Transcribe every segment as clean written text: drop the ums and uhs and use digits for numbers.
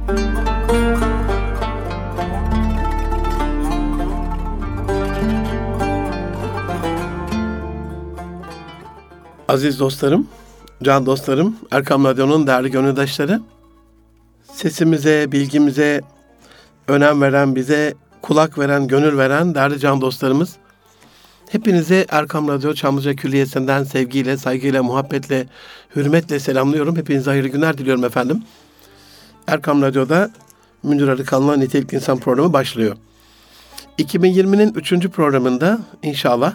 Aziz dostlarım, can dostlarım, Erkam Radyo'nun değerli gönüldaşları, sesimize, bilgimize önem veren, bize kulak veren, gönül veren değerli can dostlarımız, hepinizi Erkam Radyo Çamlıca Külliyesi'nden sevgiyle, saygıyla, muhabbetle, hürmetle selamlıyorum. Hepinize hayırlı günler diliyorum efendim. Erkam Radyo'da Münir Arıkan'la Nitelikli İnsan programı başlıyor. 2020'nin 3. programında inşallah,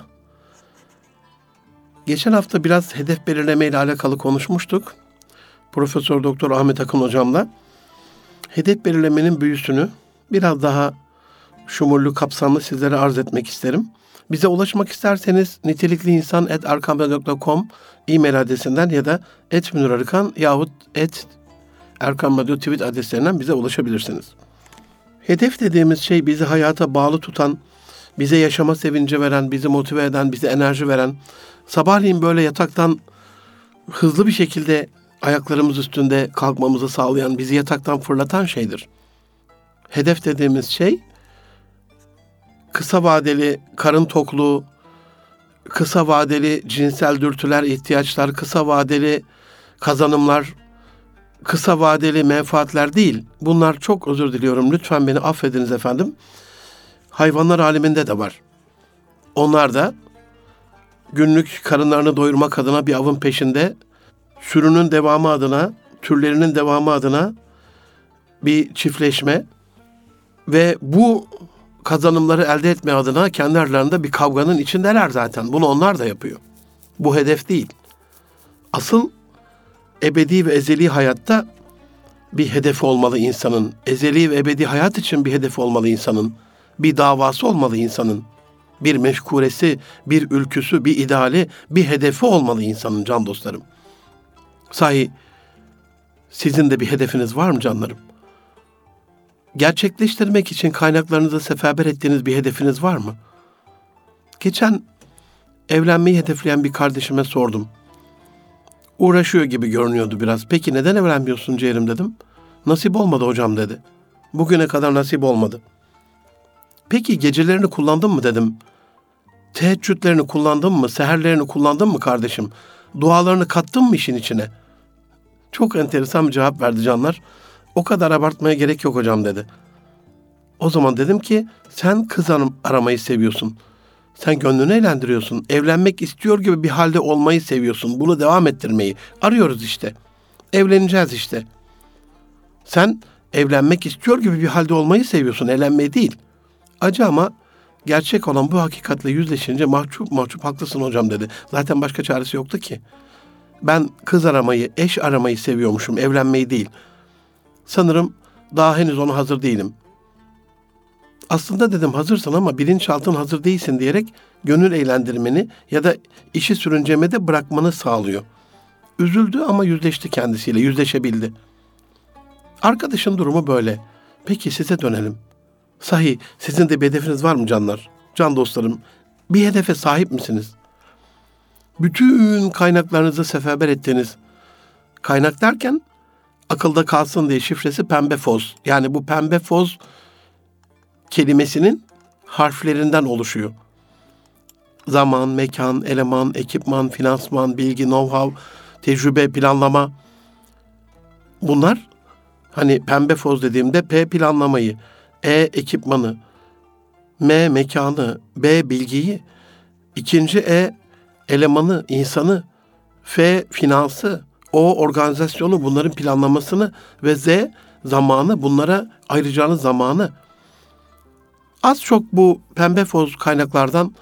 geçen hafta biraz hedef belirleme ile alakalı konuşmuştuk. Profesör Doktor Ahmet Akın hocamla. Hedef belirlemenin büyüsünü biraz daha şumurlu, kapsamlı sizlere arz etmek isterim. Bize ulaşmak isterseniz nitelikliinsan@erkamradyo.com e-mail adresinden ya da @münirarıkan yahut @erkamradyo tweet adreslerinden bize ulaşabilirsiniz. Hedef dediğimiz şey bizi hayata bağlı tutan, bize yaşama sevinci veren, bizi motive eden, bize enerji veren, sabahleyin böyle yataktan hızlı bir şekilde ayaklarımız üstünde kalkmamızı sağlayan, bizi yataktan fırlatan şeydir. Hedef dediğimiz şey, kısa vadeli karın tokluğu, kısa vadeli cinsel dürtüler, ihtiyaçlar, kısa vadeli kazanımlar, kısa vadeli menfaatler değil. Bunlar, çok özür diliyorum, lütfen beni affediniz efendim, hayvanlar aleminde de var. Onlar da günlük karınlarını doyurmak adına bir avın peşinde, sürünün devamı adına, türlerinin devamı adına bir çiftleşme ve bu kazanımları elde etme adına kendi aralarında bir kavganın içindeler zaten. Bunu onlar da yapıyor. Bu hedef değil. Asıl ebedi ve ezeli hayatta bir hedefi olmalı insanın. Ezeli ve ebedi hayat için bir hedefi olmalı insanın. Bir davası olmalı insanın. Bir meşkuresi, bir ülküsü, bir ideali, bir hedefi olmalı insanın, can dostlarım. Sahi sizin de bir hedefiniz var mı canlarım? Gerçekleştirmek için kaynaklarınızı seferber ettiğiniz bir hedefiniz var mı? Geçen evlenmeyi hedefleyen bir kardeşime sordum. Uğraşıyor gibi görünüyordu biraz. Peki neden evlenmiyorsun ciğerim dedim. Nasip olmadı hocam dedi. Bugüne kadar nasip olmadı. Peki gecelerini kullandın mı dedim. Teheccüdlerini kullandın mı? Seherlerini kullandın mı kardeşim? Dualarını kattın mı işin içine? Çok enteresan bir cevap verdi canlar. O kadar abartmaya gerek yok hocam dedi. O zaman dedim ki, sen kız aramayı seviyorsun. Sen gönlünü eğlendiriyorsun. Evlenmek istiyor gibi bir halde olmayı seviyorsun. Bunu devam ettirmeyi. Arıyoruz işte. Evleneceğiz işte. Sen evlenmek istiyor gibi bir halde olmayı seviyorsun. Evlenmeyi değil. Acı ama gerçek olan bu hakikatle yüzleşince mahcup haklısın hocam dedi. Zaten başka çaresi yoktu ki. Ben kız aramayı, eş aramayı seviyormuşum, evlenmeyi değil. Sanırım daha henüz ona hazır değilim. Aslında dedim hazırsın ama bilinçaltın hazır değilsin diyerek gönül eğlendirmeni ya da işi sürüncemede bırakmanı sağlıyor. Üzüldü ama yüzleşti kendisiyle, yüzleşebildi. Arkadaşın durumu böyle. Peki size dönelim. Sahi sizin de bir hedefiniz var mı canlar? Can dostlarım, bir hedefe sahip misiniz? Bütün kaynaklarınızı seferber ettiğiniz, kaynak derken akılda kalsın diye şifresi pembe foz. Yani bu pembe foz kelimesinin harflerinden oluşuyor. Zaman, mekan, eleman, ekipman, finansman, bilgi, know-how, tecrübe, planlama. Bunlar, hani pembe foz dediğimde P planlamayı, E ekipmanı, M mekanı, B bilgiyi, ikinci E elemanı, insanı, F finansı, O organizasyonu, bunların planlamasını ve Z zamanı, bunlara ayıracağınız zamanı. Az çok bu pembe foz kaynaklardan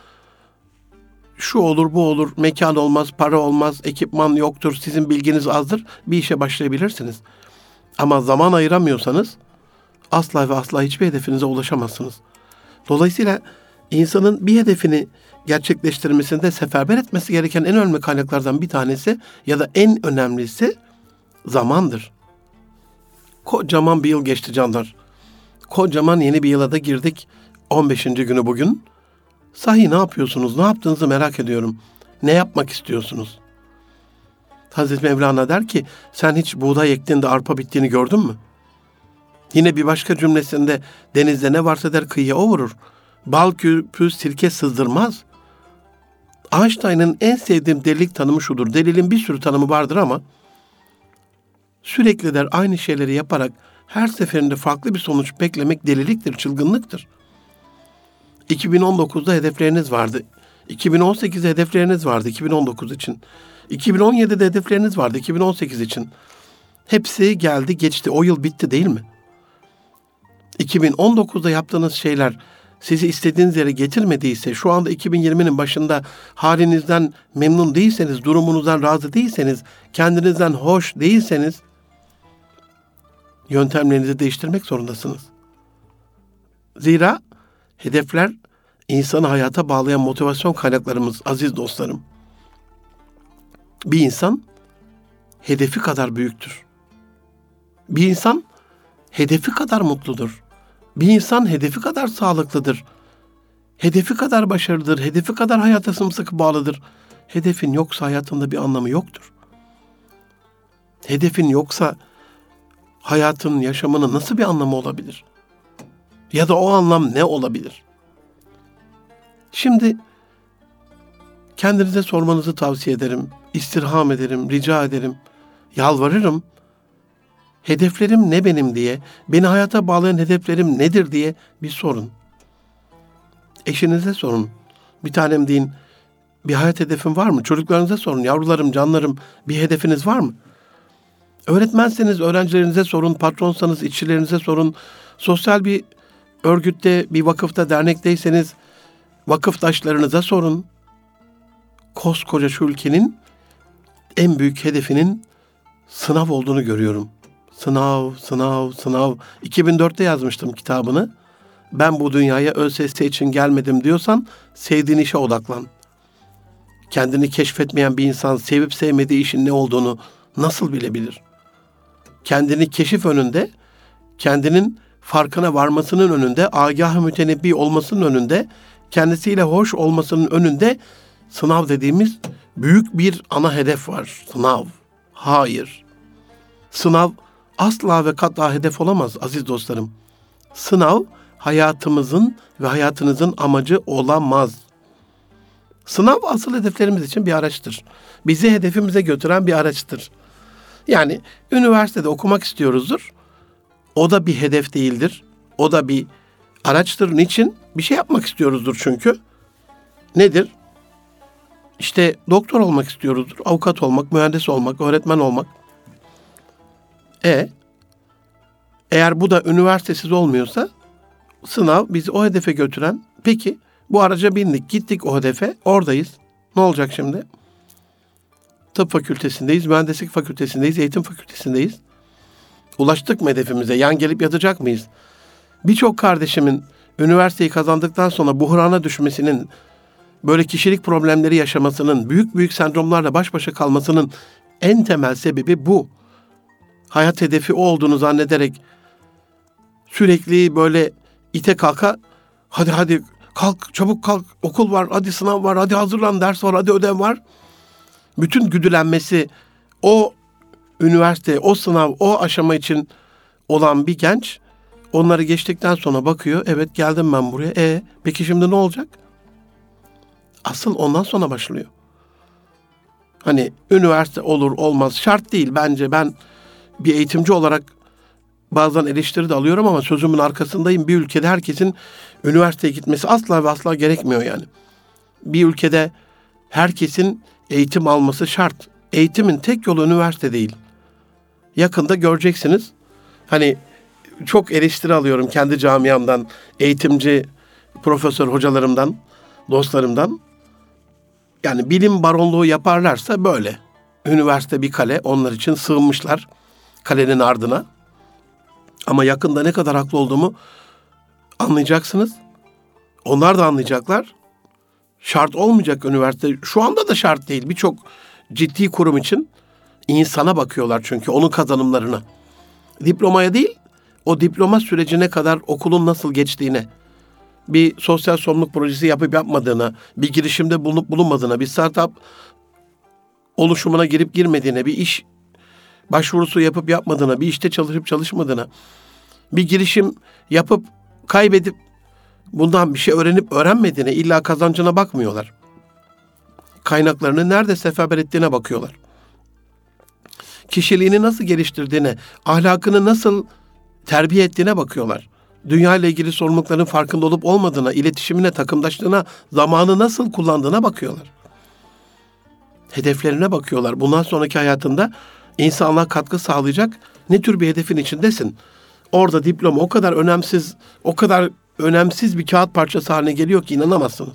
şu olur, bu olur, mekan olmaz, para olmaz, ekipman yoktur, sizin bilginiz azdır, bir işe başlayabilirsiniz. Ama zaman ayıramıyorsanız asla ve asla hiçbir hedefinize ulaşamazsınız. Dolayısıyla insanın bir hedefini gerçekleştirmesinde seferber etmesi gereken en önemli kaynaklardan bir tanesi ya da en önemlisi zamandır. Kocaman bir yıl geçti canlar. Kocaman yeni bir yıla da girdik. 15. günü bugün. Sahi ne yapıyorsunuz? Ne yaptığınızı merak ediyorum. Ne yapmak istiyorsunuz? Hazreti Mevlana der ki, sen hiç buğday ektiğinde arpa bittiğini gördün mü? Yine bir başka cümlesinde denizde ne varsa der kıyıya o vurur. Bal küpü sirke sızdırmaz. Einstein'ın en sevdiğim delilik tanımı şudur. Delilin bir sürü tanımı vardır ama sürekli der aynı şeyleri yaparak her seferinde farklı bir sonuç beklemek deliliktir, çılgınlıktır. 2019'da hedefleriniz vardı. 2018'de hedefleriniz vardı 2019 için. 2017'de hedefleriniz vardı 2018 için. Hepsi geldi geçti. O yıl bitti değil mi? 2019'da yaptığınız şeyler sizi istediğiniz yere getirmediyse, şu anda 2020'nin başında halinizden memnun değilseniz, durumunuzdan razı değilseniz, kendinizden hoş değilseniz, yöntemlerinizi değiştirmek zorundasınız. Zira hedefler insanı hayata bağlayan motivasyon kaynaklarımız aziz dostlarım. Bir insan hedefi kadar büyüktür. Bir insan hedefi kadar mutludur. Bir insan hedefi kadar sağlıklıdır. Hedefi kadar başarılıdır. Hedefi kadar hayata sımsıkı bağlıdır. Hedefin yoksa hayatında bir anlamı yoktur. Hedefin yoksa hayatın, yaşamının nasıl bir anlamı olabilir? Ya da o anlam ne olabilir? Şimdi kendinize sormanızı tavsiye ederim. İstirham ederim, rica ederim, yalvarırım. Hedeflerim ne benim diye, beni hayata bağlayan hedeflerim nedir diye bir sorun. Eşinize sorun. Bir tanem deyin, bir hayat hedefin var mı? Çocuklarınıza sorun, yavrularım, canlarım, bir hedefiniz var mı? Öğretmenseniz öğrencilerinize sorun, patronsanız işçilerinize sorun. Sosyal bir örgütte, bir vakıfta, dernekteyseniz vakıftaşlarınıza sorun. Koskoca şu ülkenin en büyük hedefinin sınav olduğunu görüyorum. Sınav, sınav, sınav. 2004'te yazmıştım kitabını. Ben bu dünyaya ÖSS için gelmedim diyorsan sevdiğin işe odaklan. Kendini keşfetmeyen bir insan sevip sevmediği işin ne olduğunu nasıl bilebilir? Kendini keşif önünde, kendinin farkına varmasının önünde, agah-ı mütenebbi olmasının önünde, kendisiyle hoş olmasının önünde sınav dediğimiz büyük bir ana hedef var. Sınav. Hayır. Sınav asla ve kat'a hedef olamaz aziz dostlarım. Sınav hayatımızın ve hayatınızın amacı olamaz. Sınav asıl hedeflerimiz için bir araçtır. Bizi hedefimize götüren bir araçtır. Yani üniversitede okumak istiyoruzdur. O da bir hedef değildir. O da bir araçtır. Niçin? Bir şey yapmak istiyoruzdur çünkü. Nedir? İşte doktor olmak istiyoruzdur. Avukat olmak, mühendis olmak, öğretmen olmak. Eğer bu da üniversitesiz olmuyorsa sınav bizi o hedefe götüren. Peki bu araca bindik, gittik o hedefe, oradayız. Ne olacak şimdi? Tıp fakültesindeyiz, mühendislik fakültesindeyiz, eğitim fakültesindeyiz. Ulaştık mı hedefimize? Yan gelip yatacak mıyız? Birçok kardeşimin üniversiteyi kazandıktan sonra buhrana düşmesinin, böyle kişilik problemleri yaşamasının, büyük büyük sendromlarla baş başa kalmasının en temel sebebi bu. Hayat hedefi o olduğunu zannederek sürekli böyle ite kalka, hadi kalk, çabuk kalk, okul var, hadi sınav var, hadi hazırlan, ders var, hadi ödev var. Bütün güdülenmesi o üniversite, o sınav, o aşama için olan bir genç onları geçtikten sonra bakıyor, evet geldim ben buraya, peki şimdi ne olacak? Asıl ondan sonra başlıyor. Hani üniversite olur olmaz şart değil bence. Ben bir eğitimci olarak bazen eleştiri de alıyorum ama sözümün arkasındayım. Bir ülkede herkesin üniversiteye gitmesi asla ve asla gerekmiyor yani. Bir ülkede herkesin eğitim alması şart. Eğitimin tek yolu üniversite değil. Yakında göreceksiniz. Hani çok eleştiri alıyorum kendi camiamdan, eğitimci, profesör hocalarımdan, dostlarımdan. Yani bilim baronluğu yaparlarsa böyle. Üniversite bir kale, onlar için sığınmışlar kalenin ardına. Ama yakında ne kadar haklı olduğumu anlayacaksınız. Onlar da anlayacaklar. Şart olmayacak üniversite. Şu anda da şart değil. Birçok ciddi kurum için insana bakıyorlar çünkü onun kazanımlarına. Diplomaya değil, o diploma sürecine kadar okulun nasıl geçtiğine, bir sosyal sorumluluk projesi yapıp yapmadığına, bir girişimde bulunup bulunmadığına, bir startup oluşumuna girip girmediğine, bir iş başvurusu yapıp yapmadığına, bir işte çalışıp çalışmadığına, Bir girişim yapıp kaybedip bundan bir şey öğrenip öğrenmediğine, illa kazancına bakmıyorlar. Kaynaklarını nerede seferber ettiğine bakıyorlar. Kişiliğini nasıl geliştirdiğine, ahlakını nasıl terbiye ettiğine bakıyorlar. Dünya ile ilgili sorumlulukların farkında olup olmadığına, iletişimine, takımdaşlığına, zamanı nasıl kullandığına bakıyorlar. Hedeflerine bakıyorlar. Bundan sonraki hayatında insanlığa katkı sağlayacak ne tür bir hedefin içindesin? Orada diploma o kadar önemsiz bir kağıt parçası haline geliyor ki inanamazsınız.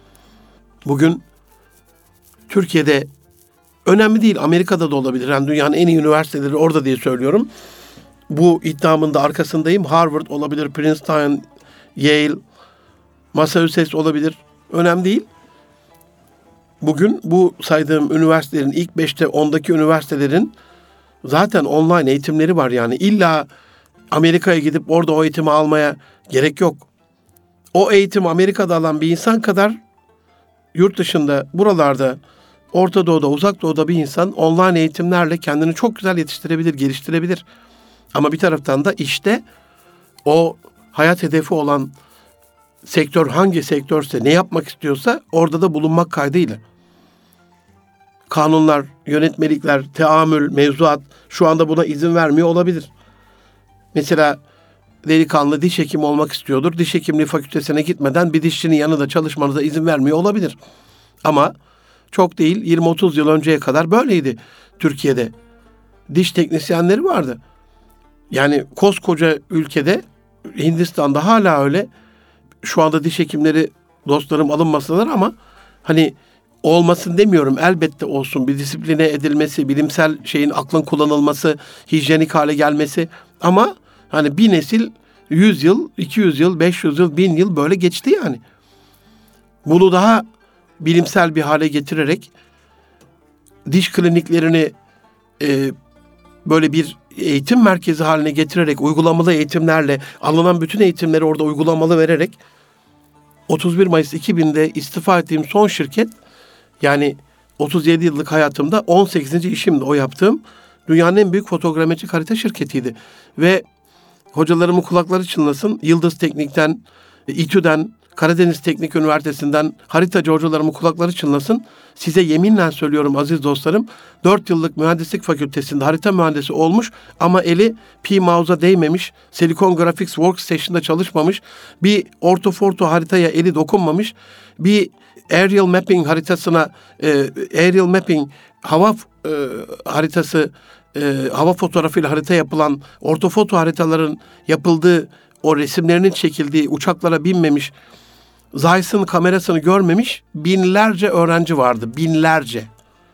Bugün Türkiye'de önemli değil, Amerika'da da olabilir. Yani dünyanın en iyi üniversiteleri orada diye söylüyorum. Bu iddiamın da arkasındayım. Harvard olabilir, Princeton, Yale, Massachusetts olabilir. Önemli değil. Bugün bu saydığım üniversitelerin ilk 5'te 10'daki üniversitelerin zaten online eğitimleri var yani. İlla Amerika'ya gidip orada o eğitimi almaya gerek yok. O eğitimi Amerika'da alan bir insan kadar yurt dışında, buralarda, Orta Doğu'da, Uzak Doğu'da bir insan online eğitimlerle kendini çok güzel yetiştirebilir, geliştirebilir. Ama bir taraftan da işte o hayat hedefi olan sektör hangi sektörse, ne yapmak istiyorsa orada da bulunmak kaydıyla. Kanunlar, yönetmelikler, teamül, mevzuat şu anda buna izin vermiyor olabilir. Mesela delikanlı diş hekimi olmak istiyordur. Diş hekimliği fakültesine gitmeden bir dişçinin yanında çalışmanıza izin vermiyor olabilir. Ama çok değil, 20-30 yıl önceye kadar böyleydi Türkiye'de. Diş teknisyenleri vardı. Yani koskoca ülkede, Hindistan'da hala öyle. Şu anda diş hekimleri dostlarım alınmasınlar ama hani olmasın demiyorum. Elbette olsun. Bir disipline edilmesi, bilimsel şeyin aklın kullanılması, hijyenik hale gelmesi. Ama hani bir nesil 100 yıl, 200 yıl, 500 yıl, 1000 yıl böyle geçti yani. Bunu daha bilimsel bir hale getirerek diş kliniklerini böyle bir eğitim merkezi haline getirerek, uygulamalı eğitimlerle, alınan bütün eğitimleri orada uygulamalı vererek 31 Mayıs 2000'de istifa ettiğim son şirket, yani 37 yıllık hayatımda 18. işimdi o yaptığım. Dünyanın en büyük fotogrametrik harita şirketiydi. Ve hocalarımın kulakları çınlasın, Yıldız Teknik'ten, İTÜ'den, Karadeniz Teknik Üniversitesi'nden haritacı hocalarımın kulakları çınlasın. Size yeminle söylüyorum aziz dostlarım, 4 yıllık mühendislik fakültesinde harita mühendisi olmuş ama eli P-Mouse'a değmemiş, Silicon Graphics Workstation'da çalışmamış, bir ortoforto haritaya eli dokunmamış, bir aerial mapping haritasına, aerial mapping hava haritası, hava fotoğrafıyla harita yapılan ortofoto haritaların yapıldığı, o resimlerinin çekildiği uçaklara binmemiş, Zeiss'in kamerasını görmemiş binlerce öğrenci vardı. Binlerce.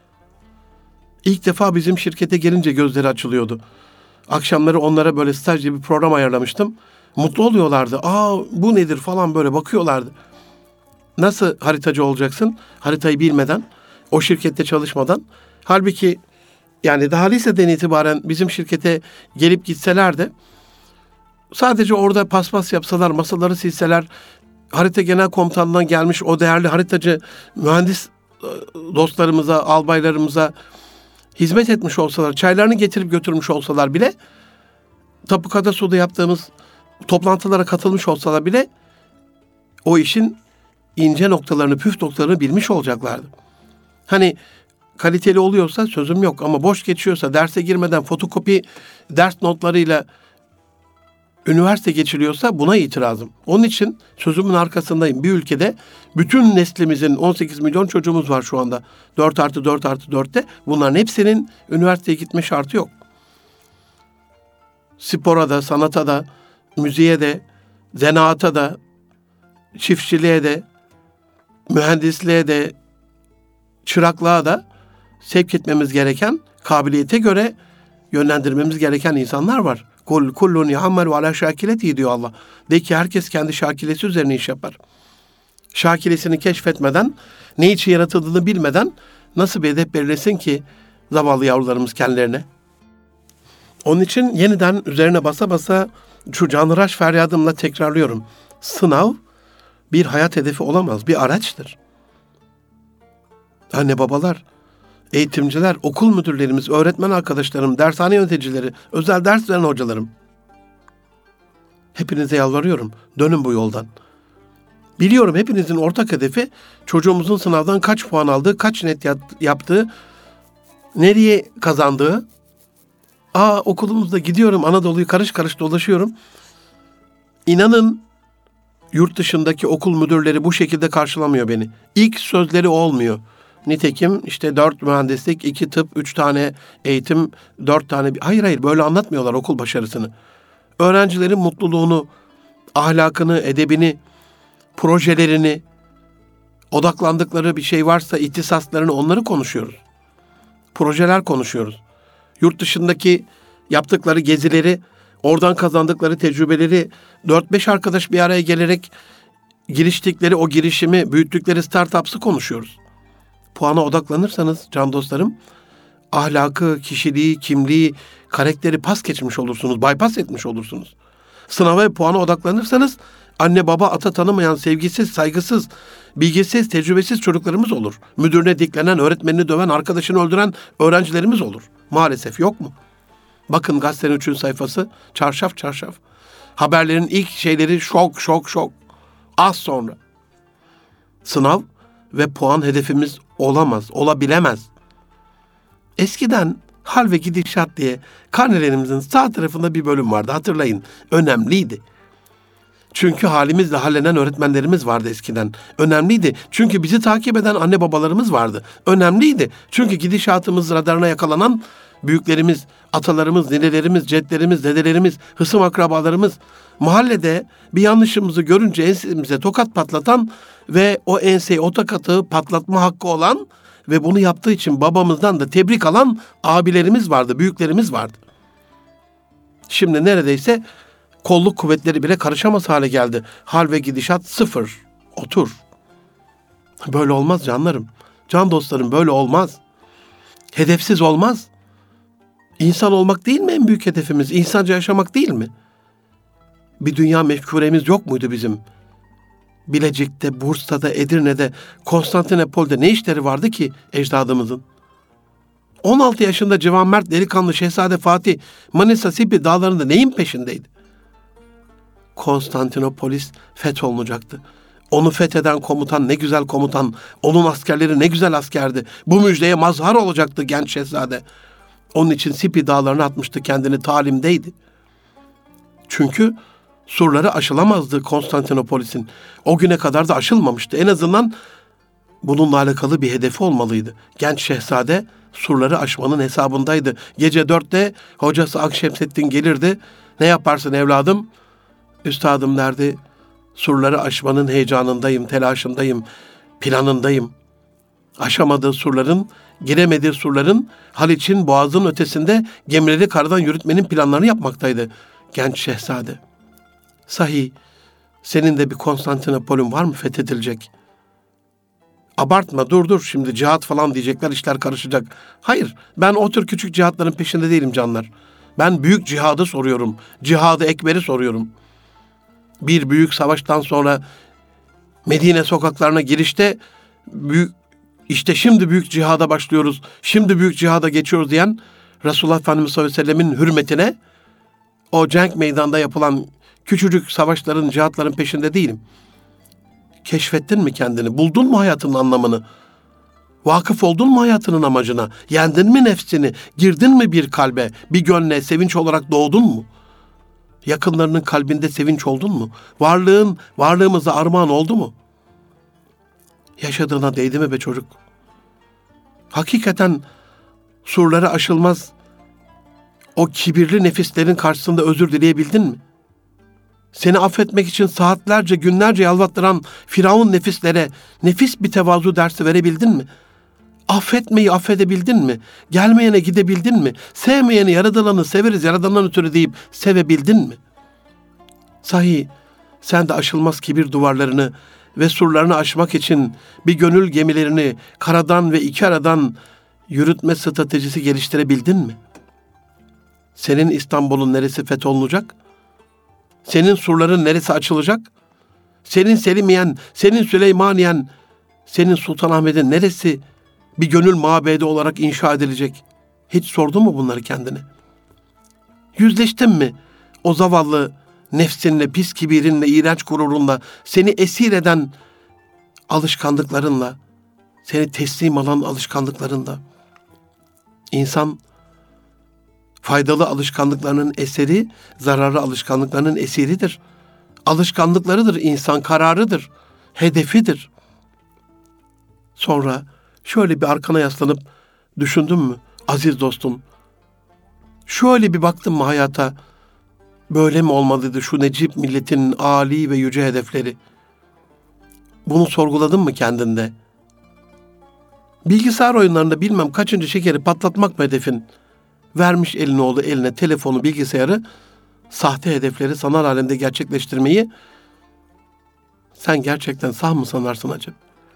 İlk defa bizim şirkete gelince gözleri açılıyordu. Akşamları onlara böyle staj gibi bir program ayarlamıştım. Mutlu oluyorlardı. Bu nedir falan böyle bakıyorlardı. Nasıl haritacı olacaksın? Haritayı bilmeden, o şirkette çalışmadan. Halbuki yani daha liseden itibaren bizim şirkete gelip gitseler de sadece orada paspas yapsalar, masaları silseler, harita genel komutanlığından gelmiş o değerli haritacı mühendis dostlarımıza, albaylarımıza hizmet etmiş olsalar, çaylarını getirip götürmüş olsalar bile, Tapu Kadastro'da yaptığımız toplantılara katılmış olsalar bile o işin ince noktalarını, püf noktalarını bilmiş olacaklardı. Hani kaliteli oluyorsa sözüm yok ama boş geçiyorsa, derse girmeden fotokopi ders notlarıyla üniversite geçiliyorsa buna itirazım. Onun için sözümün arkasındayım. Bir ülkede bütün neslimizin 18 milyon çocuğumuz var şu anda. 4+4+4'te. Bunların hepsinin üniversiteye gitme şartı yok. Spora da, sanata da, müziğe de, zanaata da, çiftçiliğe de, mühendisliğe de, çıraklığa da sevk etmemiz gereken, kabiliyete göre yönlendirmemiz gereken insanlar var. Kullun ya'malu ala şakileti diyor Allah. De ki herkes kendi şakilesi üzerine iş yapar. Şakilesini keşfetmeden, ne için yaratıldığını bilmeden nasıl bir hedef belirlesin ki zavallı yavrularımız kendilerine? Onun için yeniden üzerine basa basa şu canhıraş feryadımla tekrarlıyorum. Sınav bir hayat hedefi olamaz, bir araçtır. Anne babalar, eğitimciler, okul müdürlerimiz, öğretmen arkadaşlarım, dershane yöneticileri, özel ders veren hocalarım. Hepinize yalvarıyorum. Dönün bu yoldan. Biliyorum hepinizin ortak hedefi çocuğumuzun sınavdan kaç puan aldığı, kaç net yaptığı, nereye kazandığı. Okulumuzda gidiyorum, Anadolu'yu karış karış dolaşıyorum. İnanın yurt dışındaki okul müdürleri bu şekilde karşılamıyor beni. İlk sözleri olmuyor. Nitekim işte 4 mühendislik, 2 tıp, 3 tane eğitim, 4 tane... Hayır böyle anlatmıyorlar okul başarısını. Öğrencilerin mutluluğunu, ahlakını, edebini, projelerini, odaklandıkları bir şey varsa ihtisaslarını, onları konuşuyoruz. Projeler konuşuyoruz. Yurt dışındaki yaptıkları gezileri, oradan kazandıkları tecrübeleri, 4-5 arkadaş bir araya gelerek giriştikleri o girişimi, büyüttükleri startups'ı konuşuyoruz. Puana odaklanırsanız can dostlarım, ahlakı, kişiliği, kimliği, karakteri pas geçmiş olursunuz, bypass etmiş olursunuz. Sınava ve puana odaklanırsanız anne baba ata tanımayan, sevgisiz, saygısız, bilgisiz, tecrübesiz çocuklarımız olur. Müdürüne diklenen, öğretmenini döven, arkadaşını öldüren öğrencilerimiz olur. Maalesef yok mu? Bakın gazetenin 3. sayfası çarşaf çarşaf. Haberlerin ilk şeyleri şok. Az sonra. Sınav ve puan hedefimiz olamaz, olabilemez. Eskiden hal ve gidişat diye karnelerimizin sağ tarafında bir bölüm vardı, hatırlayın. Önemliydi. Çünkü halimizle hallenen öğretmenlerimiz vardı eskiden. Önemliydi. Çünkü bizi takip eden anne babalarımız vardı. Önemliydi. Çünkü gidişatımız radarına yakalanan büyüklerimiz, atalarımız, ninelerimiz, cedlerimiz, dedelerimiz, hısım akrabalarımız, mahallede bir yanlışımızı görünce ensemize tokat patlatan ve o enseyi, o tokatı patlatma hakkı olan ve bunu yaptığı için babamızdan da tebrik alan abilerimiz vardı, büyüklerimiz vardı. Şimdi neredeyse kolluk kuvvetleri bile karışamaz hale geldi. Hal ve gidişat sıfır. Otur. Böyle olmaz canlarım. Can dostlarım, böyle olmaz. Hedefsiz olmaz. İnsan olmak değil mi en büyük hedefimiz? İnsanca yaşamak değil mi? Bir dünya mefkuremiz yok muydu bizim? Bilecik'te, Bursa'da, Edirne'de, Konstantinopol'de ne işleri vardı ki ecdadımızın? 16 yaşında Civan Mert delikanlı Şehzade Fatih Manisa Sipi dağlarında neyin peşindeydi? Konstantinopolis fetholunacaktı. Onu fetheden komutan ne güzel komutan, onun askerleri ne güzel askerdi. Bu müjdeye mazhar olacaktı genç şehzade. Onun için Sipi dağlarına atmıştı kendini, talimdeydi. Çünkü surları aşılamazdı Konstantinopolis'in. O güne kadar da aşılmamıştı. En azından bununla alakalı bir hedefi olmalıydı. Genç şehzade surları aşmanın hesabındaydı. Gece 4'te hocası Akşemseddin gelirdi. Ne yaparsın evladım? Üstadım derdi. Surları aşmanın heyecanındayım, telaşındayım, planındayım. Aşamadığı surların, giremediği surların Haliç'in, Boğaz'ın ötesinde gemileri karadan yürütmenin planlarını yapmaktaydı genç şehzade. Sahi, senin de bir Konstantinopol'ün var mı fethedilecek? Abartma, dur şimdi cihat falan diyecekler, işler karışacak. Hayır, ben o tür küçük cihatların peşinde değilim canlar. Ben büyük cihadı soruyorum, cihadı ekberi soruyorum. Bir büyük savaştan sonra Medine sokaklarına girişte işte şimdi büyük cihada başlıyoruz, şimdi büyük cihada geçiyoruz diyen Resulullah Efendimiz sallallahu aleyhi ve sellemin hürmetine o cenk meydanda yapılan küçücük savaşların, cihatların peşinde değilim. Keşfettin mi kendini? Buldun mu hayatının anlamını? Vakıf oldun mu hayatının amacına? Yendin mi nefsini? Girdin mi bir kalbe, bir gönle, sevinç olarak doğdun mu? Yakınlarının kalbinde sevinç oldun mu? Varlığımıza armağan oldu mu? Yaşadığına değdi mi be çocuk? Hakikaten surları aşılmaz o kibirli nefislerin karşısında özür dileyebildin mi? Seni affetmek için saatlerce, günlerce yalvattıran Firavun nefislere nefis bir tevazu dersi verebildin mi? Affetmeyi affedebildin mi? Gelmeyene gidebildin mi? Sevmeyeni yaradılanı severiz yaradandan ötürü deyip sevebildin mi? Sahi sen de aşılmaz kibir duvarlarını ve surlarını aşmak için bir gönül gemilerini karadan ve iki aradan yürütme stratejisi geliştirebildin mi? Senin İstanbul'un neresi fetholunacak? Senin surların neresi açılacak? Senin Selimiyen, senin Süleymaniyen, senin Sultanahmet'in neresi bir gönül mabedi olarak inşa edilecek? Hiç sordun mu bunları kendine? Yüzleştin mi o zavallı nefsinle, pis kibirinle, iğrenç gururunla, seni esir eden alışkanlıklarınla, seni teslim alan alışkanlıklarınla. İnsan faydalı alışkanlıklarının eseri, zararlı alışkanlıklarının esiridir. Alışkanlıklarıdır, insan kararıdır, hedefidir. Sonra şöyle bir arkana yaslanıp düşündün mü aziz dostum? Şöyle bir baktın mı hayata? Böyle mi olmalıydı şu Necip milletinin âli ve yüce hedefleri? Bunu sorguladın mı kendinde? Bilgisayar oyunlarında bilmem kaçıncı şekeri patlatmak mı hedefin? Vermiş elini oğlu eline telefonu, bilgisayarı, sahte hedefleri sanal alemde gerçekleştirmeyi sen gerçekten sağ mı sanarsın acaba?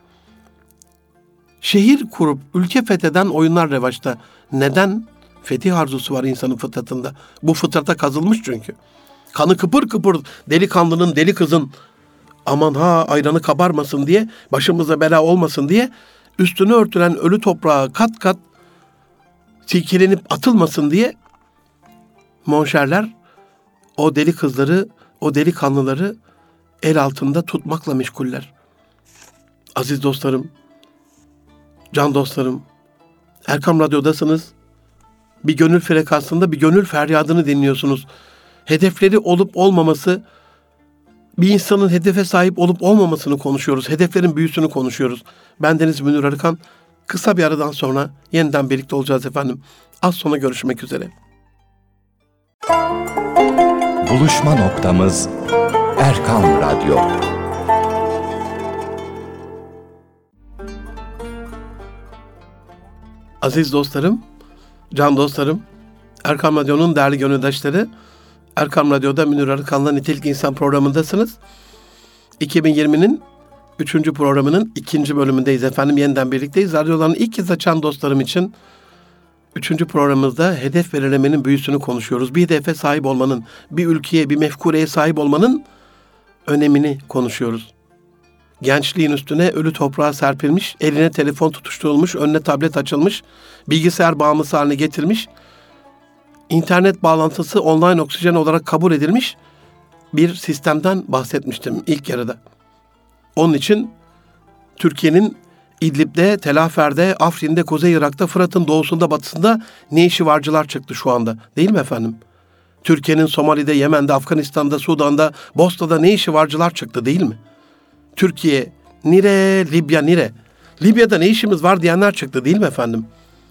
Şehir kurup ülke fetheden oyunlar revaçta. Neden? Fetih arzusu var insanın fıtratında. Bu fıtrata kazılmış çünkü. Kanı kıpır kıpır delikanlının, deli kızın aman ha ayranı kabarmasın diye, başımıza bela olmasın diye üstüne örtülen ölü toprağa kat kat silkelenip atılmasın diye monşerler o deli kızları, o delikanlıları el altında tutmakla meşguller. Aziz dostlarım, can dostlarım, Erkam Radyo'dasınız. Bir gönül frekansında bir gönül feryadını dinliyorsunuz. Hedefleri olup olmaması, bir insanın hedefe sahip olup olmamasını konuşuyoruz. Hedeflerin büyüsünü konuşuyoruz. Bendeniz Münir Arıkan. Kısa bir aradan sonra yeniden birlikte olacağız efendim. Az sonra görüşmek üzere. Buluşma noktamız Erkam Radyo. Aziz dostlarım, can dostlarım, Erkam Radyo'nun değerli gönüldaşları, Erkam Radyo'da Münir Arıkan'la Nitelik İnsan programındasınız. 2020'nin 3. programının 2. bölümündeyiz efendim. Yeniden birlikteyiz. Radyolarını ilk kez açan dostlarım için 3. programımızda hedef belirlemenin büyüsünü konuşuyoruz. Bir hedefe sahip olmanın, bir ülkeye, bir mefkureye sahip olmanın önemini konuşuyoruz. Gençliğin üstüne ölü toprağa serpilmiş, eline telefon tutuşturulmuş, önüne tablet açılmış, bilgisayar bağımlısı haline getirmiş, internet bağlantısı online oksijen olarak kabul edilmiş bir sistemden bahsetmiştim ilk yarıda. Onun için Türkiye'nin İdlib'de, Tel Afer'de, Afrin'de, Kuzey Irak'ta, Fırat'ın doğusunda, batısında ne işi varcılar çıktı şu anda. Değil mi efendim? Türkiye'nin Somali'de, Yemen'de, Afganistan'da, Sudan'da, Bosna'da ne işi varcılar çıktı değil mi? Türkiye, nire, Libya nire? Libya'da ne işimiz var diyenler çıktı değil mi efendim?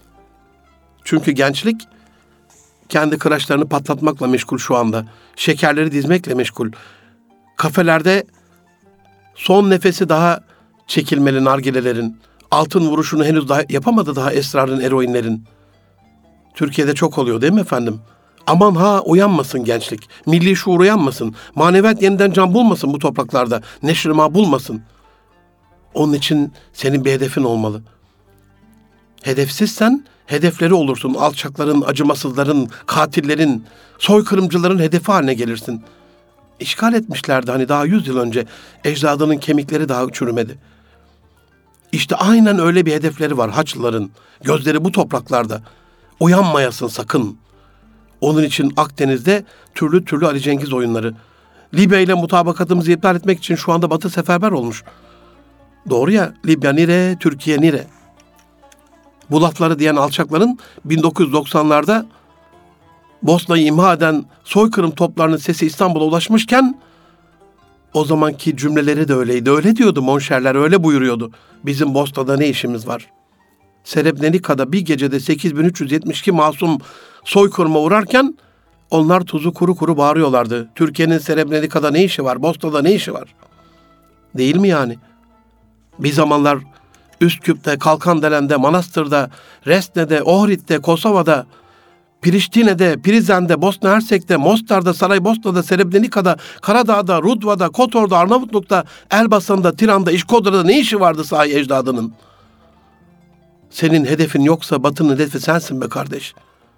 Çünkü gençlik kendi kıraçlarını patlatmakla meşgul şu anda. Şekerleri dizmekle meşgul. Kafelerde son nefesi daha çekilmeli nargilelerin. Altın vuruşunu henüz daha yapamadı daha esrarın, eroinlerin. Türkiye'de çok oluyor değil mi efendim? Aman ha uyanmasın gençlik. Milli şuur uyanmasın. Maneviyat yeniden can bulmasın bu topraklarda. Neşrima bulmasın. Onun için senin bir hedefin olmalı. Hedefsizsen hedefleri olursun. Alçakların, acımasızların, katillerin, soykırımcıların hedefi haline gelirsin. İşgal etmişlerdi hani daha 100 yıl önce. Ecdadının kemikleri daha çürümedi. İşte aynen öyle bir hedefleri var Haçlıların. Gözleri bu topraklarda. Uyanmayasın sakın. Onun için Akdeniz'de türlü türlü Ali Cengiz oyunları. Libya ile mutabakatımızı iptal etmek için şu anda Batı seferber olmuş. Doğru ya, Libya nire, Türkiye nire? Bu lafları diyen alçakların 1990'larda Bosna'yı imha eden soykırım toplarının sesi İstanbul'a ulaşmışken o zamanki cümleleri de öyleydi. Öyle diyordu monşerler, öyle buyuruyordu. Bizim Bosna'da ne işimiz var? Srebrenica'da bir gecede 8372 masum soykırıma uğrarken onlar tuzu kuru kuru bağırıyorlardı. Türkiye'nin Srebrenica'da ne işi var? Bosna'da ne işi var? Değil mi yani? Bir zamanlar Üsküp'te, Kalkandelen'de, Manastır'da, Resne'de, Ohrid'de, Kosova'da, Priştine'de, Prizren'de, Bosna Hersek'te, Mostar'da, Saraybosna'da, Srebrenica'da, Karadağ'da, Rudva'da, Kotor'da, Arnavutluk'ta, Elbasan'da, Tiran'da, İşkodra'da ne işi vardı sahi ecdadının? Senin hedefin yoksa Batı'nın hedefi sensin be kardeş.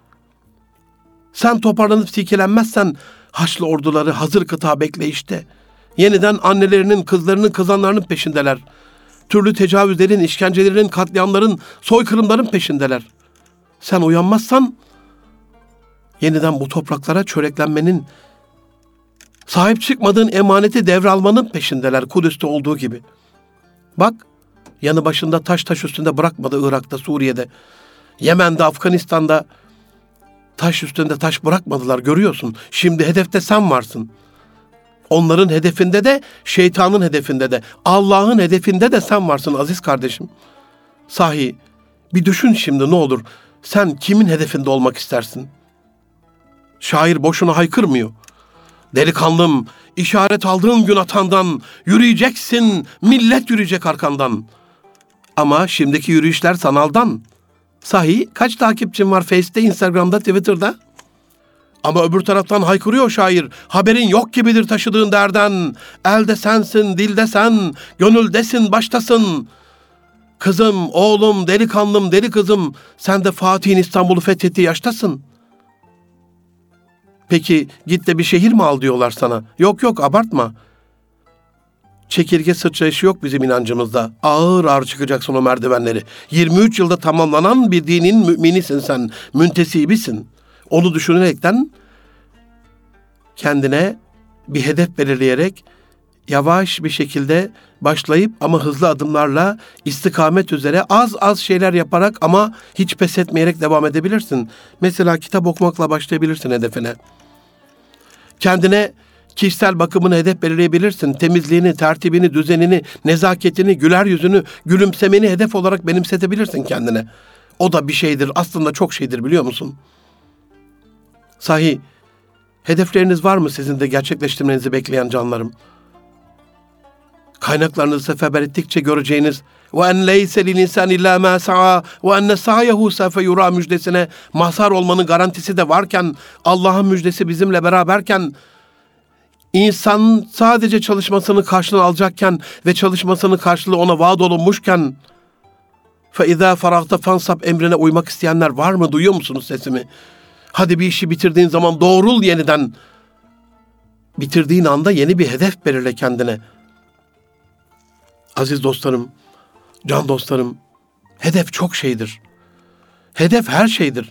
Sen toparlanıp silkelenmezsen Haçlı orduları hazır kıta bekleyişte. Yeniden annelerinin, kızlarının, kızanlarının peşindeler. Türlü tecavüzlerin, işkencelerin, katliamların, soykırımların peşindeler. Sen uyanmazsan yeniden bu topraklara çöreklenmenin Sahip çıkmadığın emaneti devralmanın peşindeler, Kudüs'te olduğu gibi. Bak, yanı başında taş üstünde bırakmadı Irak'ta, Suriye'de. Yemen'de, Afganistan'da taş üstünde taş bırakmadılar, görüyorsun. Şimdi hedefte sen varsın. Onların hedefinde de, şeytanın hedefinde de, Allah'ın hedefinde de sen varsın aziz kardeşim. Sahi, bir düşün şimdi ne olur. Sen kimin hedefinde olmak istersin? Şair boşuna haykırmıyor. Delikanlım, işaret aldığın gün atandan, yürüyeceksin, millet yürüyecek arkandan. Ama şimdiki yürüyüşler sanaldan. Sahi kaç takipçin var Face'te, Instagram'da, Twitter'da? Ama öbür taraftan haykırıyor şair. Haberin yok gibidir taşıdığın derden. Elde sensin, dilde sen, gönüldesin, baştasın. Kızım, oğlum, delikanlım, deli kızım, sen de Fatih'in İstanbul'u fethettiği yaştasın. Peki git de bir şehir mi al diyorlar sana? Yok abartma. Çekirge sıçrayışı yok bizim inancımızda. Ağır ağır çıkacaksın o merdivenleri. 23 yılda tamamlanan bir dinin müminisin sen. Müntesibisin. Onu düşünerekten kendine bir hedef belirleyerek yavaş bir şekilde başlayıp ama hızlı adımlarla istikamet üzere az şeyler yaparak ama hiç pes etmeyerek devam edebilirsin. Mesela kitap okumakla başlayabilirsin hedefine. Kendine kişisel bakımını hedef belirleyebilirsin. Temizliğini, tertibini, düzenini, nezaketini, güler yüzünü, gülümsemeni hedef olarak benimsetebilirsin kendine. O da bir şeydir. Aslında çok şeydir, biliyor musun? Sahi, hedefleriniz var mı sizin de gerçekleştirmenizi bekleyen canlarım? Kaynaklarınızı seferber ettikçe göreceğiniz وَاَنْ لَيْسَ لِلْاِنْسَانِ اِلَّا مَا سَعَى وَاَنَّ سَعْيَهُ سَوْفَ يُرَى müjdesine mazhar olmanın garantisi de varken, Allah'ın müjdesi bizimle beraberken, insan sadece çalışmasının karşılığını alacakken ve çalışmasının karşılığı ona vaat olunmuşken, فَاِذَا فَرَغْتَ فَانْصَبْ emrine uymak isteyenler var mı? Duyuyor musunuz sesimi? Hadi bir işi bitirdiğin zaman doğrul yeniden. Bitirdiğin anda yeni bir hedef belirle kendine. Aziz dostlarım, can dostlarım, hedef çok şeydir. Hedef her şeydir.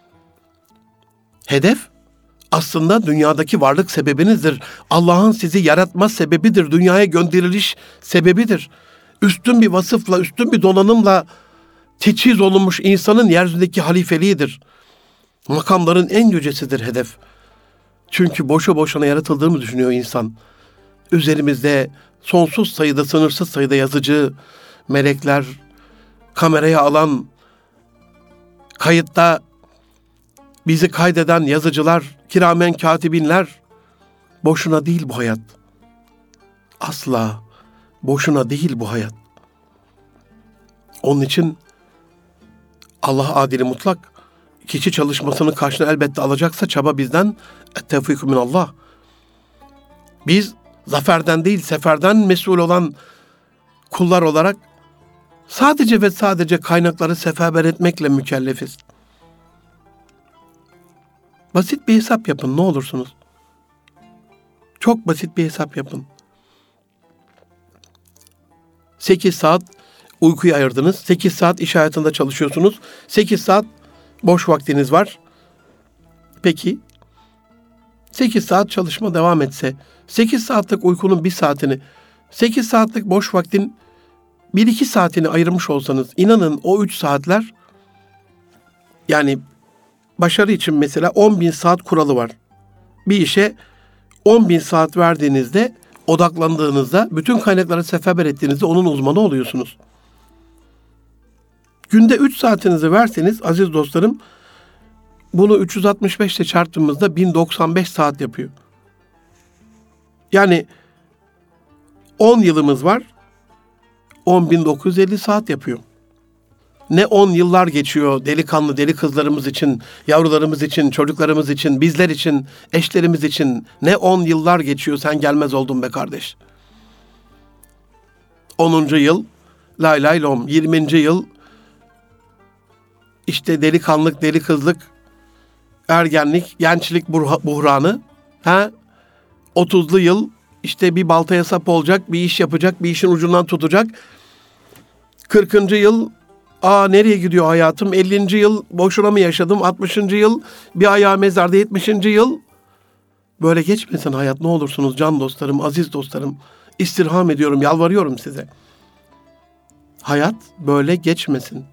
Hedef aslında dünyadaki varlık sebebinizdir. Allah'ın sizi yaratma sebebidir. Dünyaya gönderiliş sebebidir. Üstün bir vasıfla, üstün bir donanımla teçhiz olunmuş insanın yeryüzündeki halifeliğidir. Makamların en yücesidir hedef. Çünkü boşu boşuna yaratıldığımı düşünüyor insan. Üzerimizde sonsuz sayıda, sınırsız sayıda yazıcı, melekler, kameraya alan, kayıtta bizi kaydeden yazıcılar, kiramen katibinler. Boşuna değil bu hayat. Asla boşuna değil bu hayat. Onun için Allah adili mutlak, kişi çalışmasının karşılığını elbette alacaksa çaba bizden, et-tevfik minallah. Biz zaferden değil, seferden mesul olan kullar olarak sadece ve sadece kaynakları seferber etmekle mükellefiz. Basit bir hesap yapın ne olursunuz. Çok basit bir hesap yapın. 8 saat uykuyu ayırdınız. 8 saat iş hayatında çalışıyorsunuz. 8 saat boş vaktiniz var. Peki 8 saat çalışma devam etse, 8 saatlik uykunun 1 saatini, 8 saatlik boş vaktin 1-2 saatini ayırmış olsanız, inanın o 3 saatler, yani başarı için mesela 10.000 saat kuralı var. Bir işe 10.000 saat verdiğinizde, odaklandığınızda, bütün kaynakları seferber ettiğinizde onun uzmanı oluyorsunuz. Günde 3 saatinizi verseniz aziz dostlarım, bunu 365 ile çarptığımızda 1095 saat yapıyor. Yani 10 yılımız var, 10.950 saat yapıyor. Ne 10 yıllar geçiyor delikanlı deli kızlarımız için, yavrularımız için, çocuklarımız için, bizler için, eşlerimiz için. Ne 10 yıllar geçiyor, sen gelmez oldun be kardeş. 10. yıl lay lay lom, 20. yıl işte delikanlık, deli kızlık, ergenlik, gençlik buhranı. 30'lu yıl işte bir baltaya sap olacak, bir iş yapacak, bir işin ucundan tutacak. 40. yıl nereye gidiyor hayatım? 50. yıl boşuna mı yaşadım? 60. yıl bir ayağı mezarda, 70. yıl Böyle geçmesin hayat, ne olursunuz can dostlarım, aziz dostlarım. İstirham ediyorum, yalvarıyorum size. Hayat böyle geçmesin.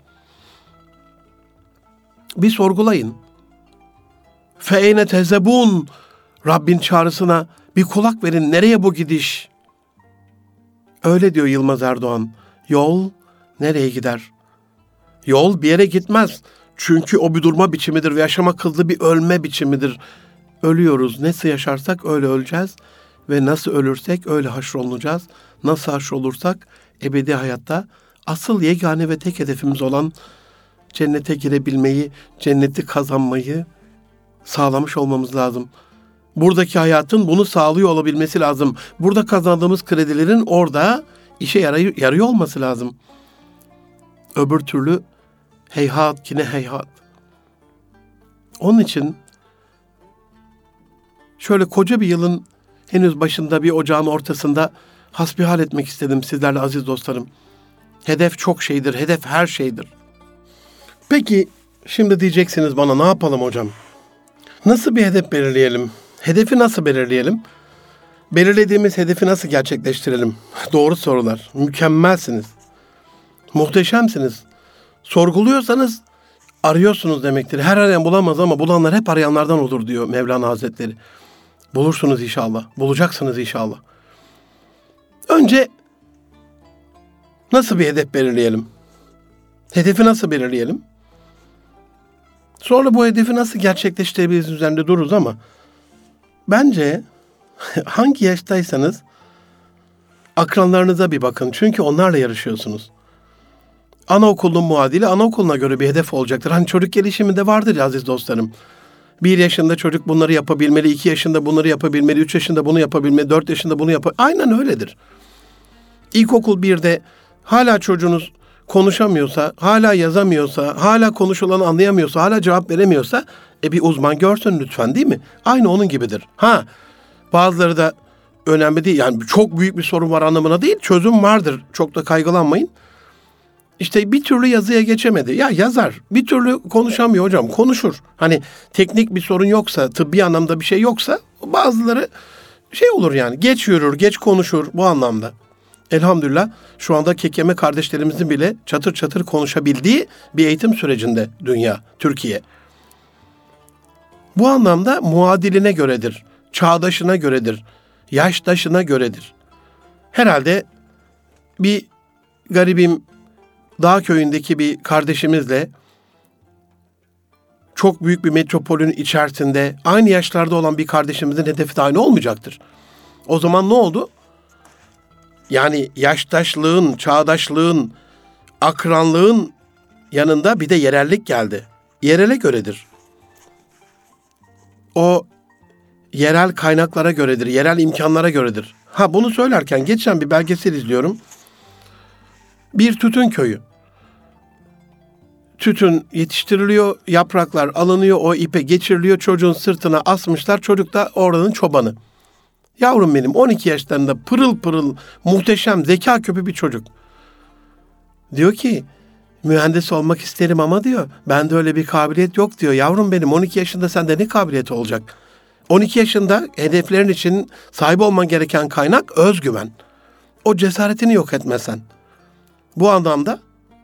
Bir sorgulayın. Feyne tezebun, Rabbin çağrısına bir kulak verin. Nereye bu gidiş? Öyle diyor Yılmaz Erdoğan. Yol nereye gider? Yol bir yere gitmez. Çünkü o bir durma biçimidir ve yaşamak hızlı bir ölme biçimidir. Ölüyoruz. Nasıl yaşarsak öyle öleceğiz ve nasıl ölürsek öyle haşrolunacağız. Nasıl haşrolursak ebedi hayatta asıl yegane ve tek hedefimiz olan cennete girebilmeyi, cenneti kazanmayı sağlamış olmamız lazım. Buradaki hayatın bunu sağlıyor olabilmesi lazım. Burada kazandığımız kredilerin orada işe yarıyor olması lazım. Öbür türlü heyhat ki ne heyhat. Onun için şöyle koca bir yılın henüz başında bir ocağın ortasında hasbihal etmek istedim sizlerle aziz dostlarım. Hedef çok şeydir, hedef her şeydir. Peki şimdi diyeceksiniz bana, ne yapalım hocam? Nasıl bir hedef belirleyelim? Hedefi nasıl belirleyelim? Belirlediğimiz hedefi nasıl gerçekleştirelim? Doğru sorular. Mükemmelsiniz. Muhteşemsiniz. Sorguluyorsanız arıyorsunuz demektir. Her arayan bulamaz ama bulanlar hep arayanlardan olur diyor Mevlana Hazretleri. Bulursunuz inşallah. Bulacaksınız inşallah. Önce nasıl bir hedef belirleyelim? Hedefi nasıl belirleyelim? Sonra bu hedefi nasıl gerçekleştirebiliriz üzerinde dururuz ama bence hangi yaştaysanız akranlarınıza bir bakın. Çünkü onlarla yarışıyorsunuz. Anaokulunun muadili anaokuluna göre bir hedef olacaktır. Hani çocuk gelişiminde vardır ya aziz dostlarım. 1 yaşında çocuk bunları yapabilmeli, 2 yaşında bunları yapabilmeli, 3 yaşında bunu yapabilmeli, 4 yaşında bunu yapabilmeli. Aynen öyledir. İlkokul 1'de hala çocuğunuz konuşamıyorsa, hala yazamıyorsa, hala konuşulanı anlayamıyorsa, hala cevap veremiyorsa bir uzman görsün lütfen, değil mi? Aynı onun gibidir. Bazıları da önemli değil. Yani çok büyük bir sorun var anlamına değil. Çözüm vardır. Çok da kaygılanmayın. İşte bir türlü yazıya geçemedi. Ya yazar. Bir türlü konuşamıyor hocam. Konuşur. Hani teknik bir sorun yoksa, tıbbi anlamda bir şey yoksa bazıları şey olur yani. Geç yürür, geç konuşur bu anlamda. Elhamdülillah şu anda kekeme kardeşlerimizin bile çatır çatır konuşabildiği bir eğitim sürecinde dünya, Türkiye. Bu anlamda muadiline göredir. Çağdaşına göredir. Yaştaşına göredir. Herhalde bir garibim dağ köyündeki bir kardeşimizle çok büyük bir metropolün içerisinde aynı yaşlarda olan bir kardeşimizin hedefi de aynı olmayacaktır. O zaman ne oldu? Yani yaştaşlığın, çağdaşlığın, akranlığın yanında bir de yerellik geldi. Yerele göredir. O yerel kaynaklara göredir, yerel imkanlara göredir. Bunu söylerken geçen bir belgesel izliyorum. Bir tütün köyü. Tütün yetiştiriliyor, yapraklar alınıyor, o ipe geçiriliyor, çocuğun sırtına asmışlar. Çocuk da oranın çobanı. Yavrum benim 12 yaşlarında pırıl pırıl, muhteşem, zeka küpü bir çocuk. Diyor ki, mühendis olmak isterim ama diyor, bende öyle bir kabiliyet yok diyor. Yavrum benim 12 yaşında sende ne kabiliyeti olacak? 12 yaşında hedeflerin için sahip olman gereken kaynak özgüven. O cesaretini yok etmesen. Bu anlamda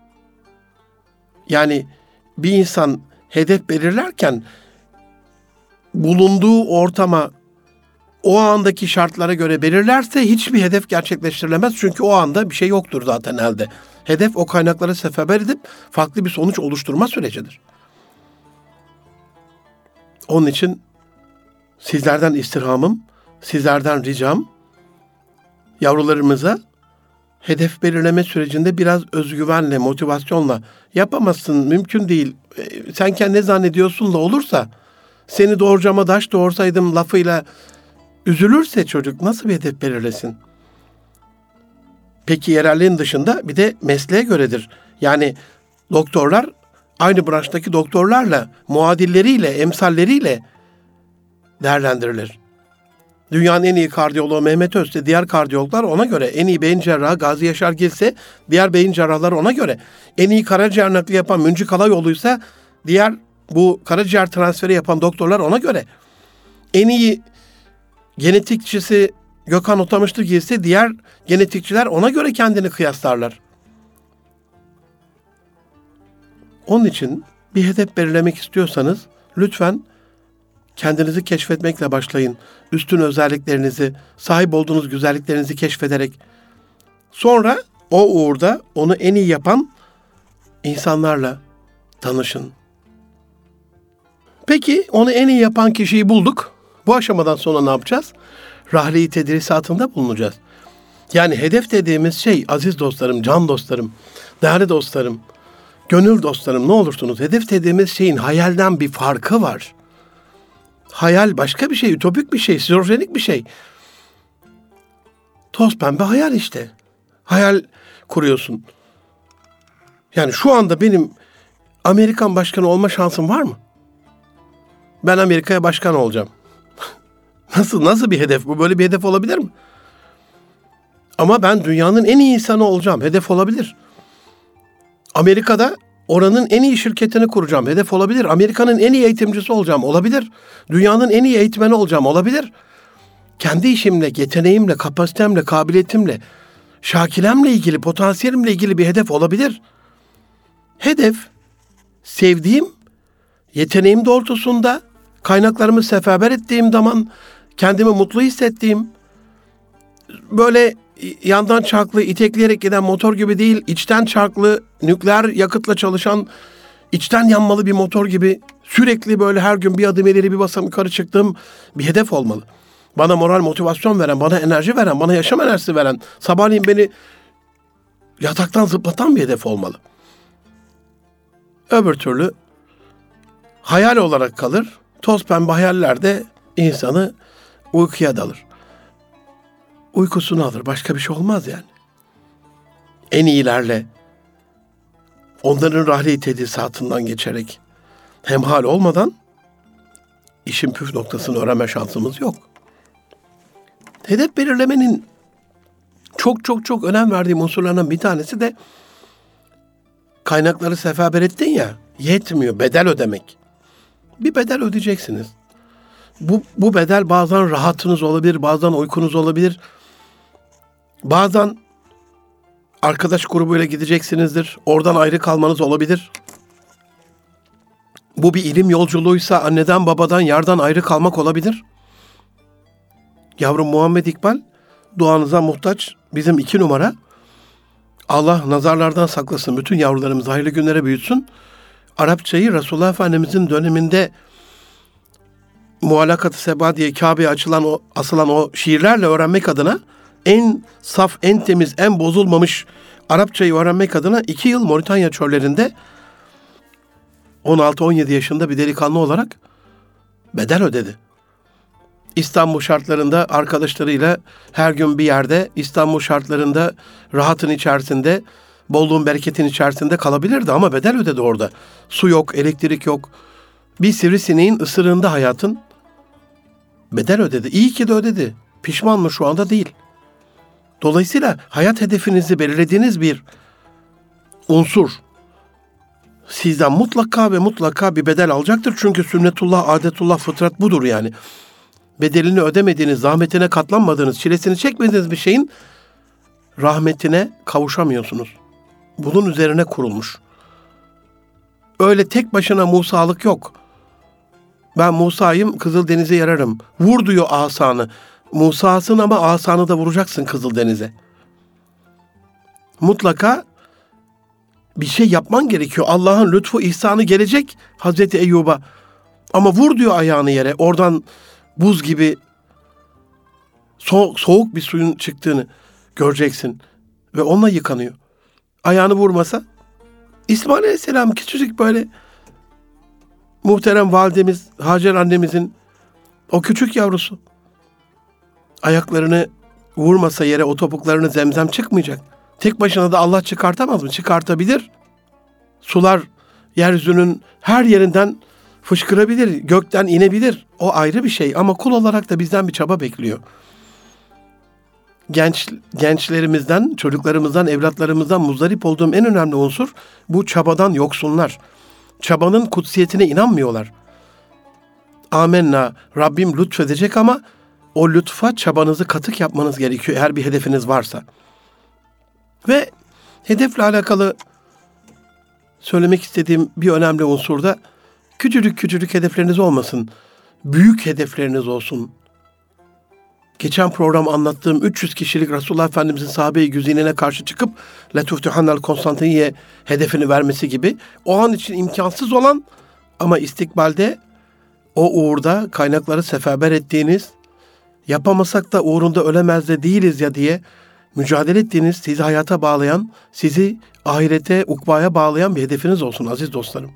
yani bir insan hedef belirlerken bulunduğu ortama, o andaki şartlara göre belirlerse hiçbir hedef gerçekleştirilemez. Çünkü o anda bir şey yoktur zaten elde. Hedef o kaynakları seferber edip farklı bir sonuç oluşturma sürecidir. Onun için sizlerden istirhamım, sizlerden ricam yavrularımıza hedef belirleme sürecinde biraz özgüvenle, motivasyonla yapamazsın, mümkün değil. Sen kendini zannediyorsun da olursa, seni doğuracağıma taş doğursaydım lafıyla üzülürse çocuk nasıl bir hedef belirlesin? Peki yerelliğin dışında bir de mesleğe göredir. Yani doktorlar aynı branştaki doktorlarla, muadilleriyle, emsalleriyle değerlendirilir. Dünyanın en iyi kardiyoloğu Mehmet Özse, diğer kardiyologlar ona göre. En iyi beyin cerrahı Gazi Yaşar Gilse, diğer beyin cerrahları ona göre. En iyi karaciğer nakli yapan Münci Kalayoğlu'ysa, diğer bu karaciğer transferi yapan doktorlar ona göre. En iyi genetikçisi Gökhan Otamışlı girse diğer genetikçiler ona göre kendini kıyaslarlar. Onun için bir hedef belirlemek istiyorsanız lütfen kendinizi keşfetmekle başlayın. Üstün özelliklerinizi, sahip olduğunuz güzelliklerinizi keşfederek. Sonra o uğurda onu en iyi yapan insanlarla tanışın. Peki onu en iyi yapan kişiyi bulduk. Bu aşamadan sonra ne yapacağız? Rahle-i tedrisatında bulunacağız. Yani hedef dediğimiz şey aziz dostlarım, can dostlarım, değerli dostlarım, gönül dostlarım ne olursunuz. Hedef dediğimiz şeyin hayalden bir farkı var. Hayal başka bir şey, ütopik bir şey, şizofrenik bir şey. Toz pembe hayal işte. Hayal kuruyorsun. Yani şu anda benim Amerikan başkanı olma şansım var mı? Ben Amerika'ya başkan olacağım. Nasıl bir hedef bu? Böyle bir hedef olabilir mi? Ama ben dünyanın en iyi insanı olacağım. Hedef olabilir. Amerika'da oranın en iyi şirketini kuracağım. Hedef olabilir. Amerika'nın en iyi eğitimcisi olacağım. Olabilir. Dünyanın en iyi eğitmeni olacağım. Olabilir. Kendi işimle, yeteneğimle, kapasitemle, kabiliyetimle, şakilemle ilgili, potansiyelimle ilgili bir hedef olabilir. Hedef, sevdiğim, yeteneğim doğrultusunda, kaynaklarımı seferber ettiğim zaman, kendimi mutlu hissettiğim, böyle yandan çarklı, itekleyerek giden motor gibi değil, içten çarklı, nükleer yakıtla çalışan, içten yanmalı bir motor gibi sürekli böyle her gün bir adım ileri bir basam yukarı çıktığım bir hedef olmalı. Bana moral, motivasyon veren, bana enerji veren, bana yaşam enerjisi veren, sabahleyin beni yataktan zıplatan bir hedef olmalı. Öbür türlü hayal olarak kalır. Toz pembe hayaller de insanı uykuya dalır. Uykusunu alır. Başka bir şey olmaz yani. En iyilerle, onların rahle-i tedrisatından geçerek hemhal olmadan işin püf noktasını öğrenme şansımız yok. Hedef belirlemenin çok önem verdiğim unsurlardan bir tanesi de kaynakları seferber ettin ya, yetmiyor, bedel ödemek. Bir bedel ödeyeceksiniz. Bu bedel bazen rahatınız olabilir, bazen uykunuz olabilir. Bazen arkadaş grubuyla gideceksinizdir. Oradan ayrı kalmanız olabilir. Bu bir ilim yolculuğuysa anneden babadan yardan ayrı kalmak olabilir. Yavrum Muhammed İkbal, duanıza muhtaç bizim 2 numara. Allah nazarlardan saklasın. Bütün yavrularımızı hayırlı günlere büyütsün. Arapçayı Resulullah Efendimizin döneminde Muallakat-ı Seba diye Kabe'ye asılan o şiirlerle öğrenmek adına en saf, en temiz, en bozulmamış Arapçayı öğrenmek adına 2 yıl Moritanya çöllerinde 16-17 yaşında bir delikanlı olarak bedel ödedi. İstanbul şartlarında arkadaşlarıyla her gün bir yerde, İstanbul şartlarında rahatın içerisinde, bolluğun bereketin içerisinde kalabilirdi ama bedel ödedi orada. Su yok, elektrik yok. Bir sivrisineğin ısırığında hayatın bedel ödedi. İyi ki de ödedi. Pişman mı şu anda değil. Dolayısıyla hayat hedefinizi belirlediğiniz bir unsur sizden mutlaka ve mutlaka bir bedel alacaktır. Çünkü sünnetullah, adetullah, fıtrat budur yani. Bedelini ödemediğiniz, zahmetine katlanmadığınız, çilesini çekmediğiniz bir şeyin rahmetine kavuşamıyorsunuz. Bunun üzerine kurulmuş. Öyle tek başına Musa'lık yok. Ben Musa'yım, Kızıldeniz'e yararım. Vur diyor asanı. Musa'sın ama asanı da vuracaksın Kızıldeniz'e. Mutlaka bir şey yapman gerekiyor. Allah'ın lütfu, ihsanı gelecek Hazreti Eyyub'a. Ama vur diyor ayağını yere. Oradan buz gibi soğuk bir suyun çıktığını göreceksin. Ve onunla yıkanıyor. Ayağını vurmasa İsmail Aleyhisselam küçücük böyle muhterem validemiz Hacer annemizin o küçük yavrusu. Ayaklarını vurmasa yere o topuklarını zemzem çıkmayacak. Tek başına da Allah çıkartamaz mı? Çıkartabilir. Sular yeryüzünün her yerinden fışkırabilir, gökten inebilir. O ayrı bir şey ama kul olarak da bizden bir çaba bekliyor. Gençlerimizden, çocuklarımızdan, evlatlarımızdan muzdarip olduğum en önemli unsur bu çabadan yoksunlar. Çabanın kutsiyetine inanmıyorlar. Amenna, Rabbim lütfedecek ama o lütfa çabanızı katık yapmanız gerekiyor eğer bir hedefiniz varsa. Ve hedefle alakalı söylemek istediğim bir önemli unsur da küçücük küçücük hedefleriniz olmasın. Büyük hedefleriniz olsun. Geçen program anlattığım 300 kişilik Resulullah Efendimizin sahabe-i güzinine karşı çıkıp Letuftuhannel Konstantiniye hedefini vermesi gibi o an için imkansız olan ama istikbalde o uğurda kaynakları seferber ettiğiniz, yapamasak da uğrunda ölemez de değiliz ya diye mücadele ettiğiniz, sizi hayata bağlayan, sizi ahirete, ukbaya bağlayan bir hedefiniz olsun aziz dostlarım.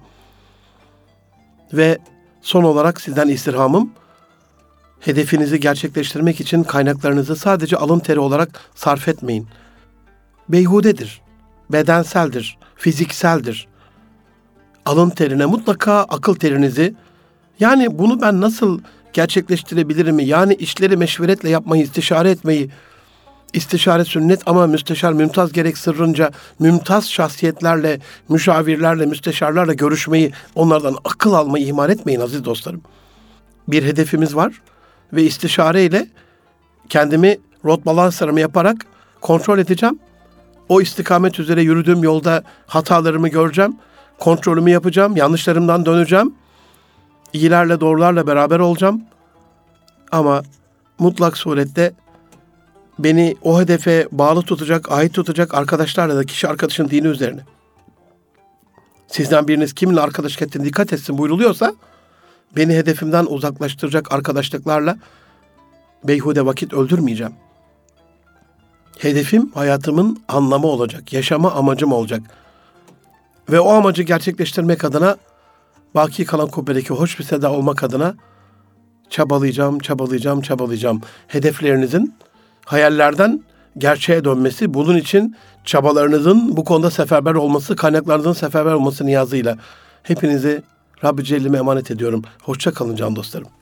Ve son olarak sizden istirhamım, hedefinizi gerçekleştirmek için kaynaklarınızı sadece alın teri olarak sarf etmeyin. Beyhudedir, bedenseldir, fizikseldir. Alın terine mutlaka akıl terinizi, yani bunu ben nasıl gerçekleştirebilirim mi? Yani işleri meşveretle yapmayı, istişare etmeyi, istişare sünnet ama müsteşar mümtaz gerek sırrınca mümtaz şahsiyetlerle, müşavirlerle, müsteşarlarla görüşmeyi, onlardan akıl almayı ihmal etmeyin aziz dostlarım. Bir hedefimiz var ve istişareyle kendimi rot balanslarımı yaparak kontrol edeceğim. O istikamet üzere yürüdüğüm yolda hatalarımı göreceğim, kontrolümü yapacağım, yanlışlarımdan döneceğim. İyilerle doğrularla beraber olacağım. Ama mutlak surette beni o hedefe bağlı tutacak, ait tutacak arkadaşlarla da kişi arkadaşın dini üzerine. Sizden biriniz kiminle arkadaşlık ettiğine dikkat etsin buyruluyorsa, beni hedefimden uzaklaştıracak arkadaşlıklarla beyhude vakit öldürmeyeceğim. Hedefim hayatımın anlamı olacak, yaşama amacım olacak. Ve o amacı gerçekleştirmek adına, baki kalan kubbedeki hoş bir seda olmak adına çabalayacağım. Hedeflerinizin hayallerden gerçeğe dönmesi, bunun için çabalarınızın bu konuda seferber olması, kaynaklarınızın seferber olması niyazıyla hepinizi Rabbi Celle'ime emanet ediyorum. Hoşça kalın can dostlarım.